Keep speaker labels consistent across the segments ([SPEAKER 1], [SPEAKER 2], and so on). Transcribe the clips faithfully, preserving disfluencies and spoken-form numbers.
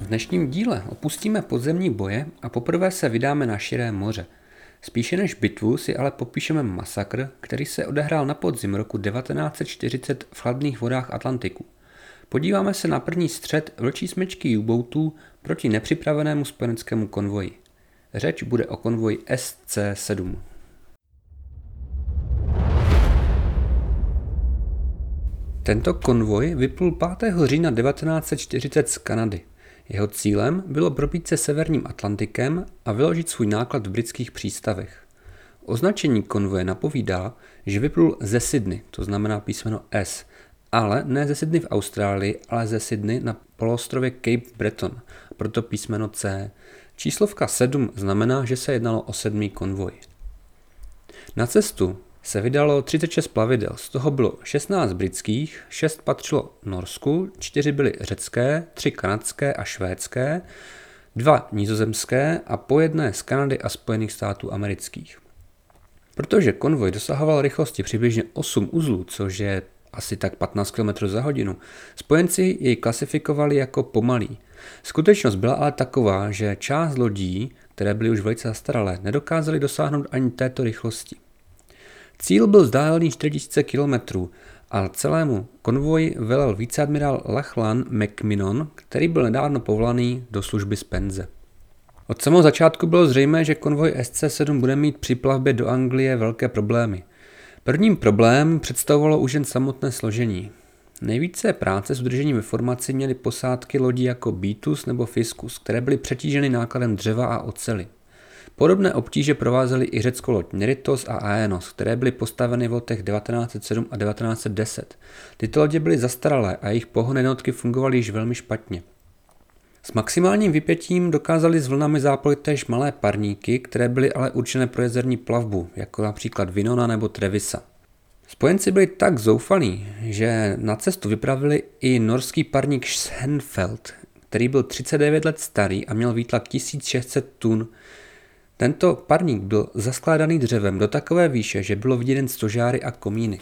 [SPEAKER 1] V dnešním díle opustíme podzemní boje a poprvé se vydáme na širé moře. Spíše než bitvu si ale popíšeme masakr, který se odehrál na podzim roku devatenáct set čtyřicet v chladných vodách Atlantiku. Podíváme se na první střet vlčí smečky U-boatů proti nepřipravenému spojeneckému konvoji. Řeč bude o konvoji S C sedm. Tento konvoj vyplul pátého října devatenáct set čtyřicet z Kanady. Jeho cílem bylo probít se severním Atlantikem a vyložit svůj náklad v britských přístavech. Označení konvoje napovídá, že vyplul ze Sydney, to znamená písmeno S, ale ne ze Sydney v Austrálii, ale ze Sydney na poloostrově Cape Breton, proto písmeno C. Číslovka sedm znamená, že se jednalo o sedmý konvoj. Na cestu se vydalo třicet šest plavidel, z toho bylo šestnáct britských, šest patřilo Norsku, čtyři byly řecké, tři kanadské a švédské, dva nizozemské a po jedné z Kanady a Spojených států amerických. Protože konvoj dosahoval rychlosti přibližně osm uzlů, což je asi tak patnáct kilometrů za hodinu, spojenci jej klasifikovali jako pomalý. Skutečnost byla ale taková, že část lodí, které byly už velice zastaralé, nedokázaly dosáhnout ani této rychlosti. Cíl byl vzdálený čtyři tisíce kilometrů a celému konvoji velel viceadmirál Lachlan McMinnon, který byl nedávno povolaný do služby z penze. Od samého začátku bylo zřejmé, že konvoj S C sedm bude mít při plavbě do Anglie velké problémy. Prvním problém představovalo už jen samotné složení. Nejvíce práce s udržením ve formaci měly posádky lodí jako Beatus nebo Fiscus, které byly přetíženy nákladem dřeva a oceli. Podobné obtíže provázely i řeckou loď Neritos a Aenos, které byly postaveny v letech devatenáct set sedm a devatenáct set deset. Tyto lodě byly zastaralé a jejich pohonné jednotky fungovaly již velmi špatně. S maximálním vypětím dokázaly s vlnami zápolit též malé parníky, které byly ale určené pro jezerní plavbu, jako například Vinona nebo Trevisa. Spojenci byli tak zoufalí, že na cestu vypravili i norský parník Schenfeld, který byl třicet devět let starý a měl výtlak tisíc šest set tun. Tento parník byl zaskládaný dřevem do takové výše, že bylo vidět jen stožáry a komíny.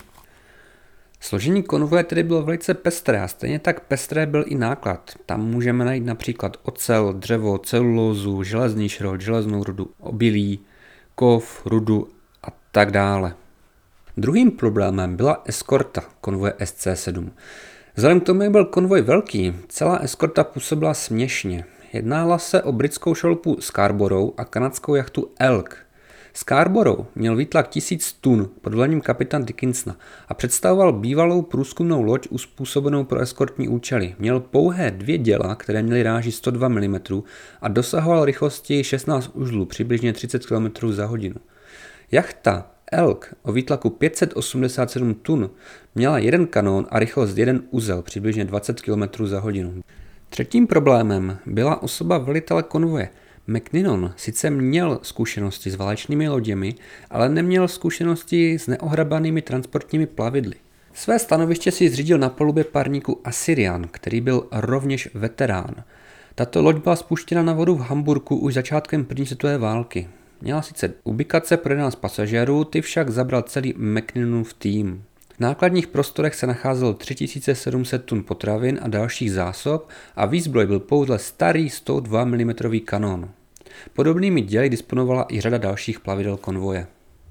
[SPEAKER 1] Složení konvoje tedy bylo velice pestré a stejně tak pestré byl i náklad. Tam můžeme najít například ocel, dřevo, celulózu, železný šrot, železnou rudu, obilí, kov, rudu a tak dále. Druhým problémem byla eskorta konvoje S C sedm. Vzhledem k tomu, jak byl konvoj velký, celá eskorta působila směšně. Jednala se o britskou šalpu Scarborough a kanadskou jachtu Elk. Scarborough měl výtlak tisíc tun pod velením kapitána Dickinsona a představoval bývalou průzkumnou loď uspůsobenou pro eskortní účely. Měl pouhé dvě děla, které měly ráži sto dva milimetrů a dosahoval rychlosti šestnáct uzlů, přibližně třicet kilometrů za hodinu. Jachta Elk o výtlaku pět set osmdesát sedm tun měla jeden kanón a rychlost jeden uzel, přibližně dvacet kilometrů za hodinu. Třetím problémem byla osoba velitele konvoje. McMinnon sice měl zkušenosti s válečnými loděmi, ale neměl zkušenosti s neohrabanými transportními plavidly. Své stanoviště si zřídil na palubě parníku Assyrian, který byl rovněž veterán. Tato loď byla spuštěna na vodu v Hamburku už začátkem první světové války. Měla sice ubikace pro jedenáct pasažérů, ty však zabral celý McMinnonův tým. V nákladních prostorech se nacházelo tři tisíce sedm set tun potravin a dalších zásob a výzbroj byl pouze starý sto dva milimetrů kanón. Podobnými děly disponovala i řada dalších plavidel konvoje.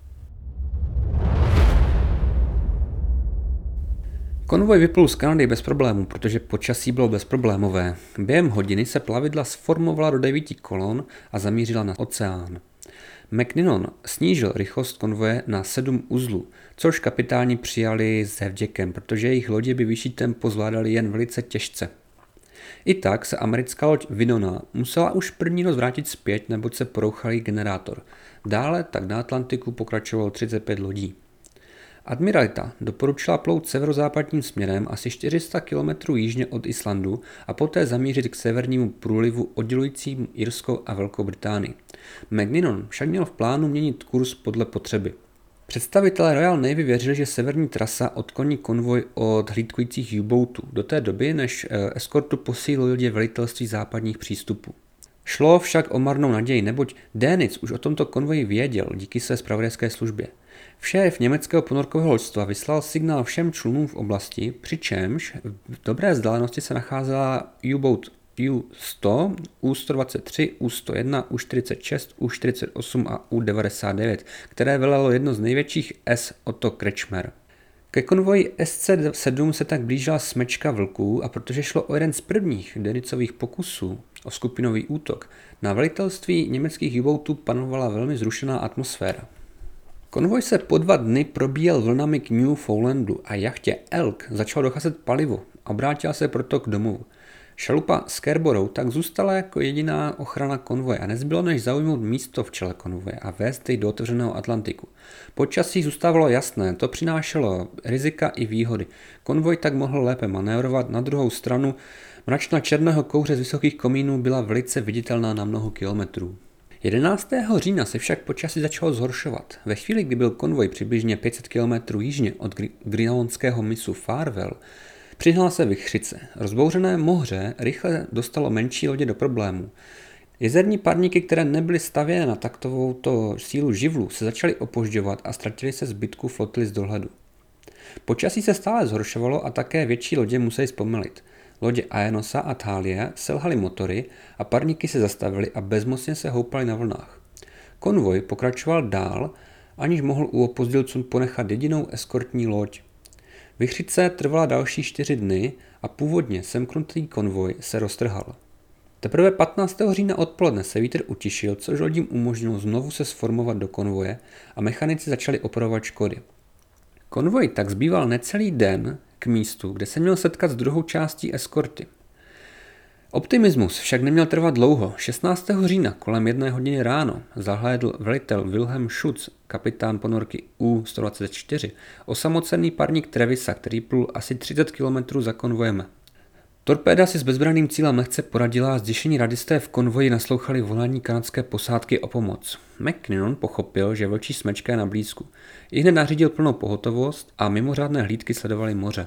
[SPEAKER 1] Konvoj vyplul z Kanady bez problémů, protože počasí bylo bezproblémové. Během hodiny se plavidla sformovala do devíti kolon a zamířila na oceán. McMinnon snížil rychlost konvoje na sedm uzlů, což kapitáni přijali s vděkem, protože jejich lodě by vyšší tempo zvládali jen velice těžce. I tak se americká loď Winona musela už první noc vrátit zpět, neboť se porouchal její generátor. Dále tak na Atlantiku pokračovalo třicet pět lodí. Admiralita doporučila plout severozápadním směrem asi čtyři sta kilometrů jižně od Islandu a poté zamířit k severnímu průlivu oddělujícímu Irskou a Velkou Británii. McMinnon však měl v plánu měnit kurz podle potřeby. Představitelé Royal Navy věřili, že severní trasa odkloní konvoj od hlídkujících U-boatů do té doby, než eskortu posílilo lodě velitelství západních přístupů. Šlo však o marnou naději, neboť Dönitz už o tomto konvoji věděl díky své zpravodajské službě. Šéf německého ponorkového loďstva vyslal signál všem člunům v oblasti, přičemž v dobré vzdálenosti se nacházela U-boat U sto, U sto dvacet tři, U sto jedna, U čtyřicet šest, U čtyřicet osm a U devadesát devět, které velelo jedno z největších S Otto Kretschmer. Ke konvoji S C sedm se tak blížila smečka vlků a protože šlo o jeden z prvních Dönitzovic pokusů o skupinový útok, na velitelství německých U-boatů panovala velmi zrušená atmosféra. Konvoj se po dva dny probíjel vlnami k Newfoundlandu a jachtě Elk začalo docházet palivo a obrátila se proto k domovu. Šalupa Scarborough tak zůstala jako jediná ochrana konvoje a nezbylo než zaujmout místo v čele konvoje a vést jej do otevřeného Atlantiku. Počasí zůstávalo jasné, to přinášelo rizika i výhody. Konvoj tak mohl lépe manévrovat, na druhou stranu mračna černého kouře z vysokých komínů byla velice viditelná na mnoho kilometrů. jedenáctého října se však počasí začalo zhoršovat. Ve chvíli, kdy byl konvoj přibližně pět set kilometrů jižně od grenlandského mysu Farewell, přihnala se vichřice. Rozbouřené moře rychle dostalo menší lodě do problémů. Jezerní parníky, které nebyly stavěné na takovouto sílu živlu, se začaly opožďovat a ztratily se zbytku flotily z dohledu. Počasí se stále zhoršovalo a také větší lodě musely zpomalit. Lodě Aenosa a Thalia selhaly motory a parníky se zastavily a bezmocně se houpaly na vlnách. Konvoj pokračoval dál, aniž mohl u opozdělců ponechat jedinou eskortní loď. Vichřice trvala další čtyři dny a původně semknutý konvoj se roztrhal. Teprve patnáctého října odpoledne se vítr utišil, což lodím umožnilo znovu se sformovat do konvoje a mechanici začali opravovat škody. Konvoj tak zbýval necelý den k místu, kde se měl setkat s druhou částí eskorty. Optimismus však neměl trvat dlouho. šestnáctého října kolem jedné hodiny ráno zahlédl velitel Wilhelm Schutz, kapitán ponorky U sto dvacet čtyři, osamocený parník Trevisa, který plul asi třicet kilometrů za konvojem. Torpéda si s bezbranným cílem lehce poradila a zděšení radisté v konvoji naslouchali volání kanadské posádky o pomoc. McKinnon pochopil, že vlčí smečka je na blízku. Ihned nařídil plnou pohotovost a mimořádné hlídky sledovali moře.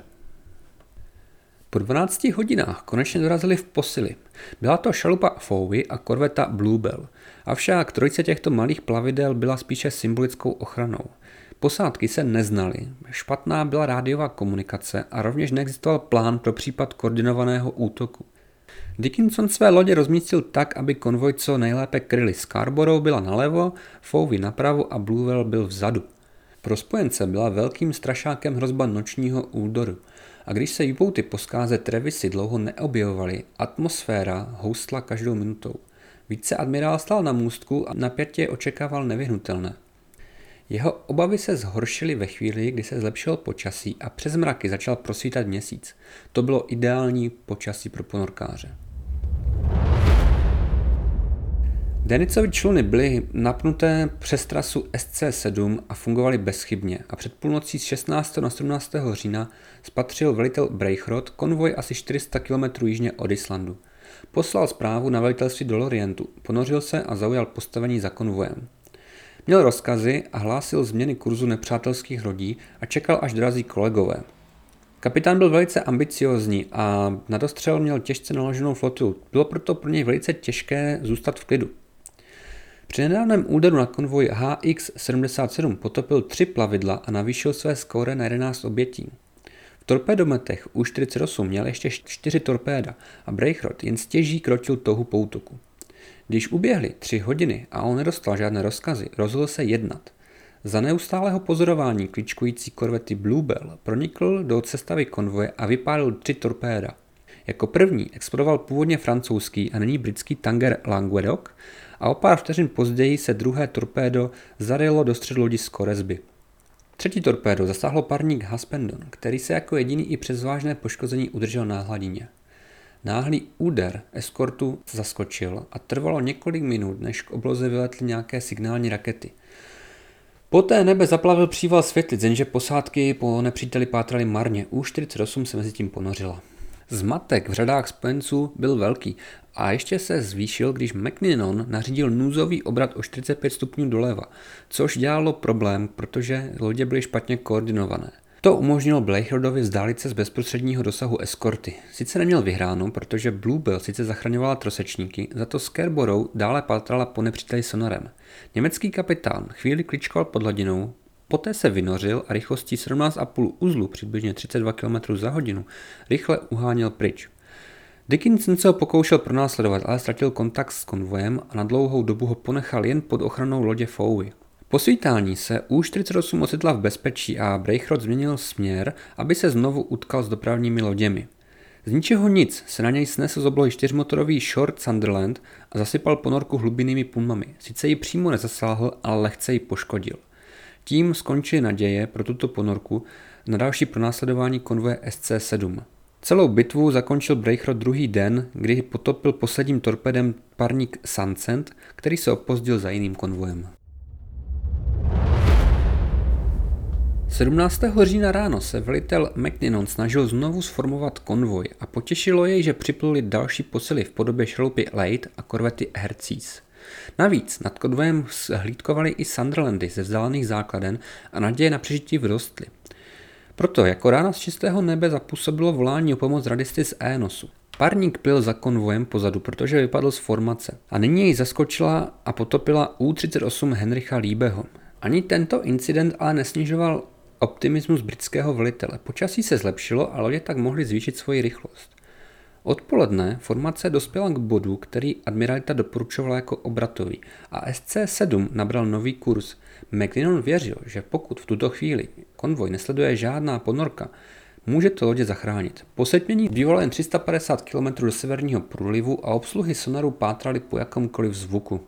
[SPEAKER 1] Po dvanácti hodinách konečně dorazili v posily. Byla to šalupa Fowey a korveta Bluebell. Avšak trojice těchto malých plavidel byla spíše symbolickou ochranou. Posádky se neznaly, špatná byla rádiová komunikace a rovněž neexistoval plán pro případ koordinovaného útoku. Dickinson své lodě rozmístil tak, aby konvoj co nejlépe kryli. Scarborough byla nalevo, Fowey napravo a Bluebell byl vzadu. Pro spojence byla velkým strašákem hrozba nočního údoru. A když se U-boaty po skáze Trevisy dlouho neobjevovaly, atmosféra houstla každou minutou. Viceadmirál stál na můstku a napětě očekával nevyhnutelné. Jeho obavy se zhoršily ve chvíli, kdy se zlepšilo počasí a přes mraky začal prosvítat měsíc. To bylo ideální počasí pro ponorkáře. Dönitzovi čluny byly napnuté přes trasu S C sedm a fungovaly bezchybně a před půlnocí z šestnáctého na sedmnáctého října spatřil velitel Breichrodt konvoj asi čtyři sta kilometrů jižně od Islandu. Poslal zprávu na velitelství do Lorientu, ponořil se a zaujal postavení za konvojem. Měl rozkazy a hlásil změny kurzu nepřátelských lodí a čekal, až dorazí kolegové. Kapitán byl velice ambiciózní a na dostřel měl těžce naloženou flotilu, bylo proto pro něj velice těžké zůstat v klidu. Při nedávném úderu na konvoj H X sedmdesát sedm potopil tři plavidla a navýšil své skóre na jedenáct obětí. V torpédometech U čtyřicet osm měl ještě čtyři torpéda a Breichrodt jen stěží krotil touhu po útoku. Když uběhly tři hodiny a on nedostal žádné rozkazy, rozhodl se jednat. Za neustálého pozorování kličkující korvety Bluebell pronikl do sestavy konvoje a vypálil tři torpéda. Jako první explodoval původně francouzský a nyní britský tanker Languedoc a o pár vteřin později se druhé torpédo zarylo do středu lodi Scoresby. Třetí torpédo zasáhlo parník Haspendon, který se jako jediný i přes vážné poškození udržel na hladině. Náhlý úder eskortu zaskočil a trvalo několik minut, než k obloze vyletly nějaké signální rakety. Poté nebe zaplavil příval světlic, jenže posádky po nepříteli pátraly marně. U čtyřicet osm se mezi tím ponořila. Zmatek v řadách spojenců byl velký a ještě se zvýšil, když McKinnon nařídil núzový obrat o čtyřicet pět stupňů doleva, což dělalo problém, protože lodě byly špatně koordinované. To umožnilo Bleichrodtovi vzdálit se z bezprostředního dosahu eskorty. Sice neměl vyhráno, protože Bluebell sice zachraňovala trosečníky, za to Scarborough dále pátrala po nepříteli sonarem. Německý kapitán chvíli kličkoval pod hladinou, poté se vynořil a rychlostí sedmnáct celá pět uzlu, přibližně třicet dva kilometrů za hodinu, rychle uháněl pryč. Dickinson se ho pokoušel pronásledovat, ale ztratil kontakt s konvojem a na dlouhou dobu ho ponechal jen pod ochranou lodě Fowey. Po svítání se U čtyřicet osm ocitla v bezpečí a Braithwaite změnil směr, aby se znovu utkal s dopravními loděmi. Z ničeho nic se na něj snesl z oblohy čtyřmotorový Short Sunderland a zasypal ponorku hlubinnými punmami. Sice ji přímo nezasáhl, ale lehce ji poškodil. Tím skončily naděje pro tuto ponorku na další pronásledování konvoje S C sedm. Celou bitvu zakončil Braithwaite druhý den, kdy potopil posledním torpédem parník Sunsend, který se opozdil za jiným konvojem. sedmnáctého října ráno se velitel McNinnon snažil znovu sformovat konvoj a potěšilo jej, že připluli další posily v podobě šalupy Leyte a korvety Hercules. Navíc nad konvojem hlídkovali i Sunderlandy ze vzdálených základen a naděje na přežití vrostly. Proto jako rána z čistého nebe zapůsobilo volání o pomoc radisty z Enosu. Parník plil za konvojem pozadu, protože vypadl z formace a nyní jej zaskočila a potopila U třicet osm Henrycha Liebeho. Ani tento incident ale nesnižoval optimismus britského velitele. Počasí se zlepšilo a lodě tak mohly zvýšit svoji rychlost. Odpoledne formace dospěla k bodu, který admiralita doporučovala jako obratový a S C sedm nabral nový kurz. McNinnon věřil, že pokud v tuto chvíli konvoj nesleduje žádná ponorka, může to lodě zachránit. Po setmění bývalo jen tři sta padesát kilometrů do severního průlivu a obsluhy sonaru pátraly po jakomkoliv zvuku.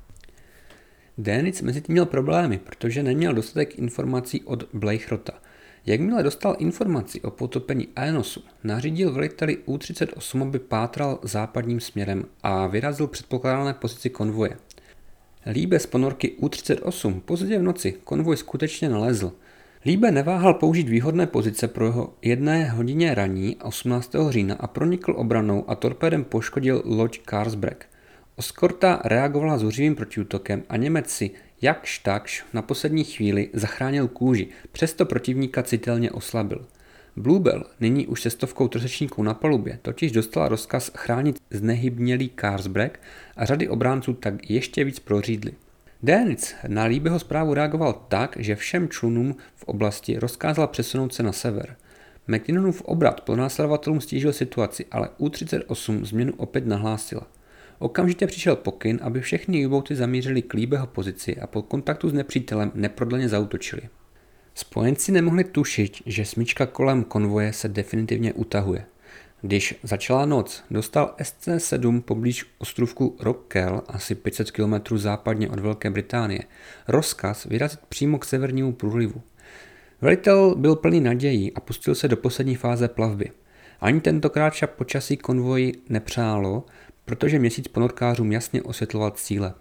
[SPEAKER 1] Dönitz mezi tím měl problémy, protože neměl dostatek informací od Braithwaita. Jakmile dostal informaci o potopení Enosu, nařídil veliteli U třicet osm, aby pátral západním směrem a vyrazil předpokládané pozici konvoje. Liebe z ponorky U třicet osm pozdě v noci konvoj skutečně nalezl. Liebe neváhal použít výhodné pozice pro jeho jedné hodině raní osmnáctého října a pronikl obranou a torpédem poškodil loď Karsbrek. Eskorta reagovala zuřivým protiútokem a Němec si jakž takž na poslední chvíli zachránil kůži, přesto protivníka citelně oslabil. Bluebell, nyní už se stovkou trosečníků na palubě, totiž dostala rozkaz chránit znehybnělý Karsbrek a řady obránců tak ještě víc prořídly. Dönitz na Liebeho zprávu reagoval tak, že všem člunům v oblasti rozkázal přesunout se na sever. McNinnonův obrat pronásledovatelům stížil situaci, ale U třicet osm změnu opět nahlásila. Okamžitě přišel pokyn, aby všechny U-boaty zamířily k Liebeho pozici a po kontaktu s nepřítelem neprodleně zaútočili. Spojenci nemohli tušit, že smyčka kolem konvoje se definitivně utahuje. Když začala noc, dostal S C sedm poblíž ostrůvku Rockall, asi pět set kilometrů západně od Velké Británie, rozkaz vyrazit přímo k severnímu průlivu. Velitel byl plný nadějí a pustil se do poslední fáze plavby. Ani tentokrát však počasí konvoji nepřálo, protože měsíc ponorkářům jasně osvětloval cíle.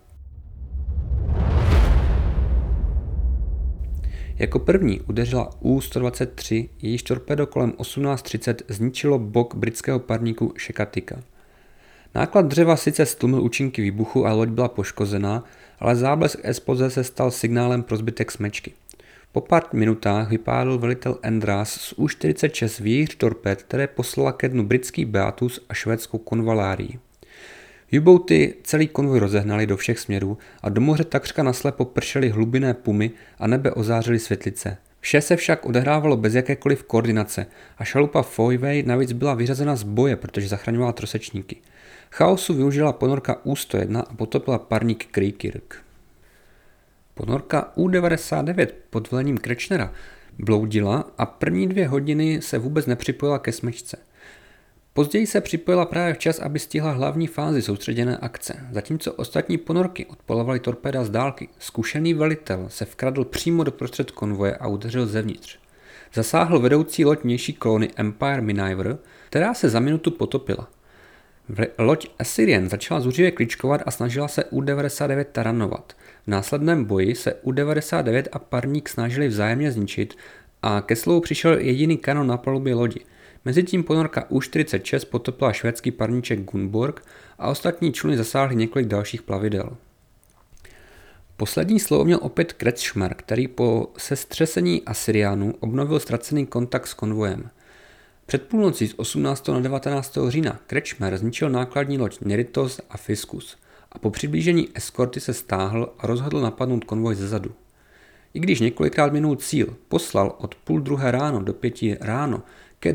[SPEAKER 1] Jako první udeřila U sto dvacet tři, jejíž torpédo kolem osmnáct třicet zničilo bok britského parníku Shekatika. Náklad dřeva sice stlumil účinky výbuchu a loď byla poškozená, ale záblesk exploze se stal signálem pro zbytek smečky. Po pár minutách vypálil velitel Andreas z U čtyřicet šest vějíř torpéd, které poslala ke dnu britský Beatus a švédskou Konvalárii. U-boaty celý konvoj rozehnali do všech směrů a do moře takřka naslepo pršely hlubinné pumy a nebe ozářily světlice. Vše se však odehrávalo bez jakékoliv koordinace a šalupa Fowey navíc byla vyřazena z boje, protože zachraňovala trosečníky. Chaosu využila ponorka U sto jedna a potopila parník Creekirk. Ponorka U devadesát devět pod velením Kretschnera bloudila a první dvě hodiny se vůbec nepřipojila ke smečce. Později se připojila právě včas, aby stihla hlavní fázi soustředěné akce. Zatímco ostatní ponorky odpalovaly torpéda z dálky, zkušený velitel se vkradl přímo do prostřed konvoje a udeřil zevnitř. Zasáhl vedoucí loď vnější kolony Empire Minerva, která se za minutu potopila. Loď Assyrian začala zuřivě kličkovat a snažila se U devadesát devět taranovat. V následném boji se U devadesát devět a parník snažili vzájemně zničit a ke slovu přišel jediný kanon na palubě lodi. Mezitím ponorka U čtyřicet šest potopila švédský parníček Gunborg a ostatní čluny zasáhly několik dalších plavidel. Poslední slovo měl opět Kretschmer, který po sestřesení Assyrianů obnovil ztracený kontakt s konvojem. Před půlnocí z osmnáctého na devatenáctého října Kretschmer zničil nákladní loď Neritos a Fiskus a po přiblížení eskorty se stáhl a rozhodl napadnout konvoj zezadu. I když několikrát minul cíl, poslal od půl druhé ráno do pěti ráno ke dnu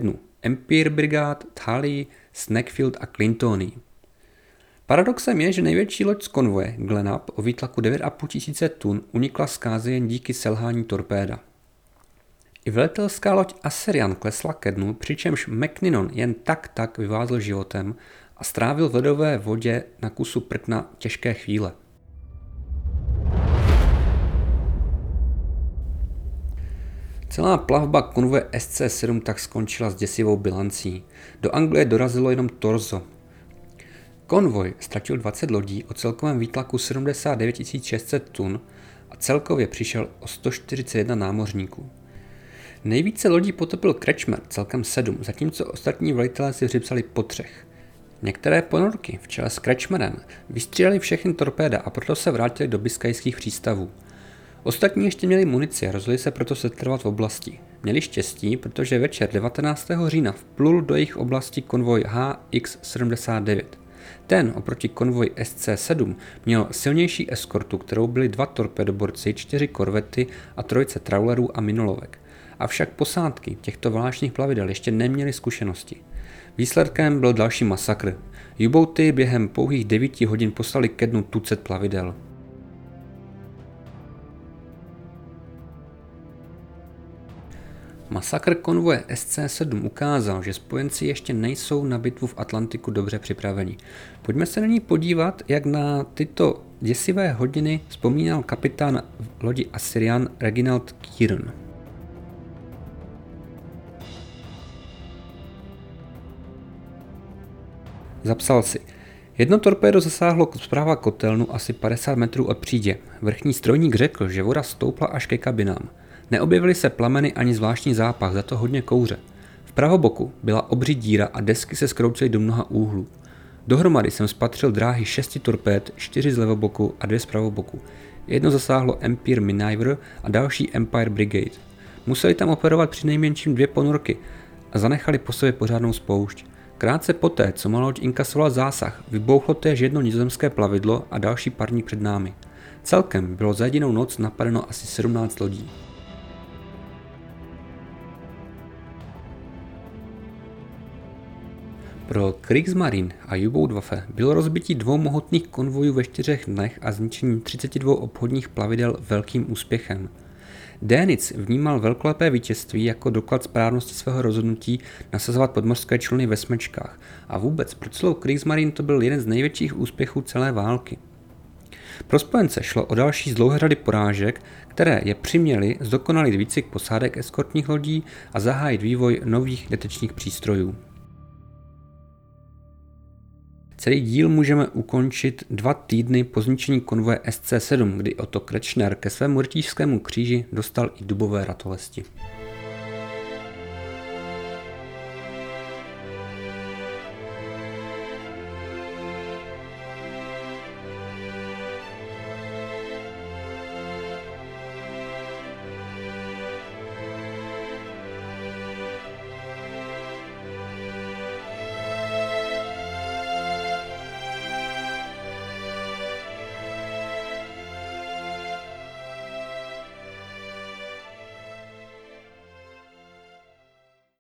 [SPEAKER 1] Empire Brigade, Thaly, Snakefield a Clintony. Paradoxem je, že největší loď z konvoje, Glenapp, o výtlaku devět a půl tisíce tun, unikla zkáze jen díky selhání torpéda. I veletelská loď Assyrian klesla ke dnu, přičemž Mackinnon jen tak tak vyvázl životem a strávil v ledové vodě na kusu prkna těžké chvíle. Celá plavba konvoje S C sedm tak skončila s děsivou bilancí. Do Anglie dorazilo jenom torzo. Konvoj ztratil dvacet lodí o celkovém výtlaku sedmdesát devět tisíc šest set tun a celkově přišel o sto čtyřicet jedna námořníků. Nejvíce lodí potopil Kretschmer, celkem sedm, zatímco ostatní velitelé si připsali po třech. Některé ponorky v čele s Kretschmerem vystříleli všechny torpéda a proto se vrátili do biskajských přístavů. Ostatní ještě měli munici a rozhodli se proto setrvat v oblasti. Měli štěstí, protože večer devatenáctého října vplul do jejich oblasti konvoj H X sedmdesát devět. Ten oproti konvoji S C sedm měl silnější eskortu, kterou byly dva torpédoborci, čtyři korvety a trojice trawlerů a minolovek. Avšak posádky těchto válečných plavidel ještě neměly zkušenosti. Výsledkem byl další masakr. U-boaty během pouhých devíti hodin poslali ke dnu tucet plavidel. Masakr konvoje S C sedm ukázal, že spojenci ještě nejsou na bitvu v Atlantiku dobře připraveni. Pojďme se nyní podívat, jak na tyto děsivé hodiny vzpomínal kapitán lodi Assyrian Reginald Kieran. Zapsal si. Jedno torpédo zasáhlo zpráva kotelnu asi padesát metrů od přídě. Vrchní strojník řekl, že voda stoupla až ke kabinám. Neobjevily se plameny ani zvláštní zápach, za to hodně kouře. V pravoboku byla obří díra a desky se skroucely do mnoha úhlů. Dohromady jsem spatřil dráhy šesti torpéd, čtyři z levoboku a dvě z pravoboku. Jedno zasáhlo Empire Minerve a další Empire Brigade. Museli tam operovat přinejmenším dvě ponorky a zanechali po sobě pořádnou spoušť. Krátce poté, co malá loď inkasovala zásah, vybouchlo též jedno nizozemské plavidlo a další parník před námi. Celkem bylo za jedinou noc napadeno asi sedmnáct lodí. Pro Kriegsmarine a U-Boot-Waffe bylo rozbití dvou mohutných konvojů ve čtyřech dnech a zničení třiceti dvou obchodních plavidel velkým úspěchem. Dönitz vnímal velkolepé vítězství jako doklad správnosti svého rozhodnutí nasazovat podmořské čluny ve smečkách a vůbec pro celou Kriegsmarine to byl jeden z největších úspěchů celé války. Pro spojence šlo o další z dlouhé řady porážek, které je přiměly zdokonalit výcvik posádek eskortních lodí a zahájit vývoj nových detekčních přístrojů. Celý díl můžeme ukončit dva týdny po zničení konvoje S C sedm, kdy Otto Kretschmer ke svému rytířskému kříži dostal i dubové ratolesti.